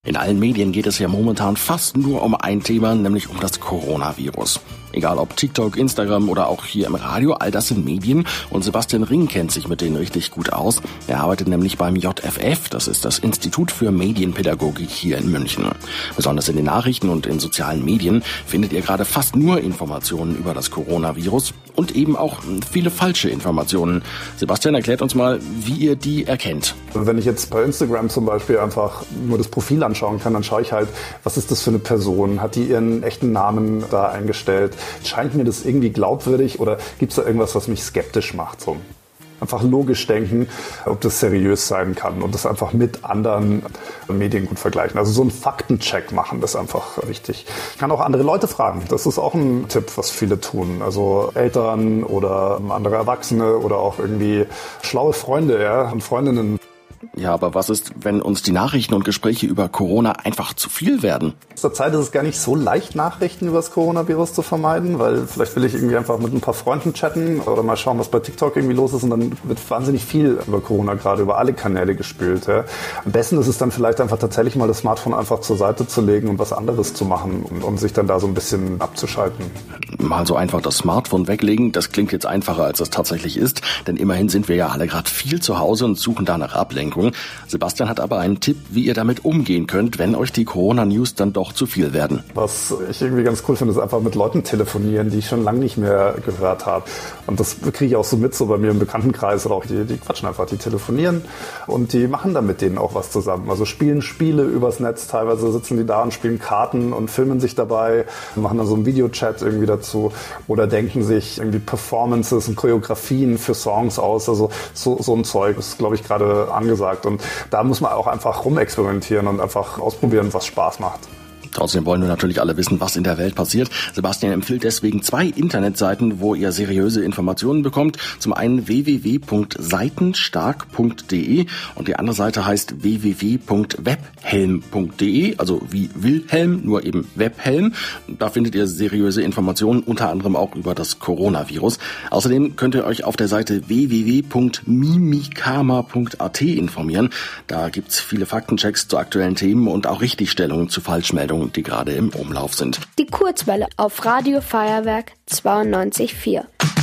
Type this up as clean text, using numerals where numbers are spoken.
In allen Medien geht es ja momentan fast nur um ein Thema, nämlich um das Coronavirus. Egal ob TikTok, Instagram oder auch hier im Radio, all das sind Medien und Sebastian Ring kennt sich mit denen richtig gut aus. Er arbeitet nämlich beim JFF, das ist das Institut für Medienpädagogik hier in München. Besonders in den Nachrichten und in sozialen Medien findet ihr gerade fast nur Informationen über das Coronavirus und eben auch viele falsche Informationen. Sebastian erklärt uns mal, wie ihr die erkennt. Wenn ich jetzt bei Instagram zum Beispiel einfach nur das Profil anschauen kann, dann schaue ich halt, was ist das für eine Person? Hat die ihren echten Namen da eingestellt? Scheint mir das irgendwie glaubwürdig oder gibt es da irgendwas, was mich skeptisch macht? So. Einfach logisch denken, ob das seriös sein kann und das einfach mit anderen Medien gut vergleichen. Also so einen Faktencheck machen, das ist einfach wichtig. Ich kann auch andere Leute fragen. Das ist auch ein Tipp, was viele tun. Also Eltern oder andere Erwachsene oder auch irgendwie schlaue Freunde und Freundinnen. Ja, aber was ist, wenn uns die Nachrichten und Gespräche über Corona einfach zu viel werden? Zur Zeit ist es gar nicht so leicht, Nachrichten über das Coronavirus zu vermeiden, weil vielleicht will ich irgendwie einfach mit ein paar Freunden chatten oder mal schauen, was bei TikTok irgendwie los ist und dann wird wahnsinnig viel über Corona gerade über alle Kanäle gespült. Ja. Am besten ist es dann vielleicht einfach tatsächlich mal das Smartphone einfach zur Seite zu legen und was anderes zu machen, um sich dann da so ein bisschen abzuschalten. Mal so einfach das Smartphone weglegen, das klingt jetzt einfacher, als es tatsächlich ist, denn immerhin sind wir ja alle gerade viel zu Hause und suchen da nach Ablenkung. Sebastian hat aber einen Tipp, wie ihr damit umgehen könnt, wenn euch die Corona-News dann doch zu viel werden. Was ich irgendwie ganz cool finde, ist einfach mit Leuten telefonieren, die ich schon lange nicht mehr gehört habe. Und das kriege ich auch so mit, so bei mir im Bekanntenkreis oder auch die quatschen einfach, die telefonieren und die machen dann mit denen auch was zusammen. Also spielen Spiele übers Netz, teilweise sitzen die da und spielen Karten und filmen sich dabei, machen dann so einen Videochat irgendwie dazu oder denken sich irgendwie Performances und Choreografien für Songs aus. Also so ein Zeug ist, glaube ich, gerade angesagt. Und da muss man auch einfach rumexperimentieren und einfach ausprobieren, was Spaß macht. Trotzdem wollen wir natürlich alle wissen, was in der Welt passiert. Sebastian empfiehlt deswegen 2 Internetseiten, wo ihr seriöse Informationen bekommt. Zum einen www.seitenstark.de und die andere Seite heißt www.webhelm.de, also wie Wilhelm, nur eben Webhelm. Da findet ihr seriöse Informationen, unter anderem auch über das Coronavirus. Außerdem könnt ihr euch auf der Seite www.mimikama.at informieren. Da gibt's viele Faktenchecks zu aktuellen Themen und auch Richtigstellungen zu Falschmeldungen, die gerade im Umlauf sind. Die Kurzwelle auf Radio Feuerwerk 92.4.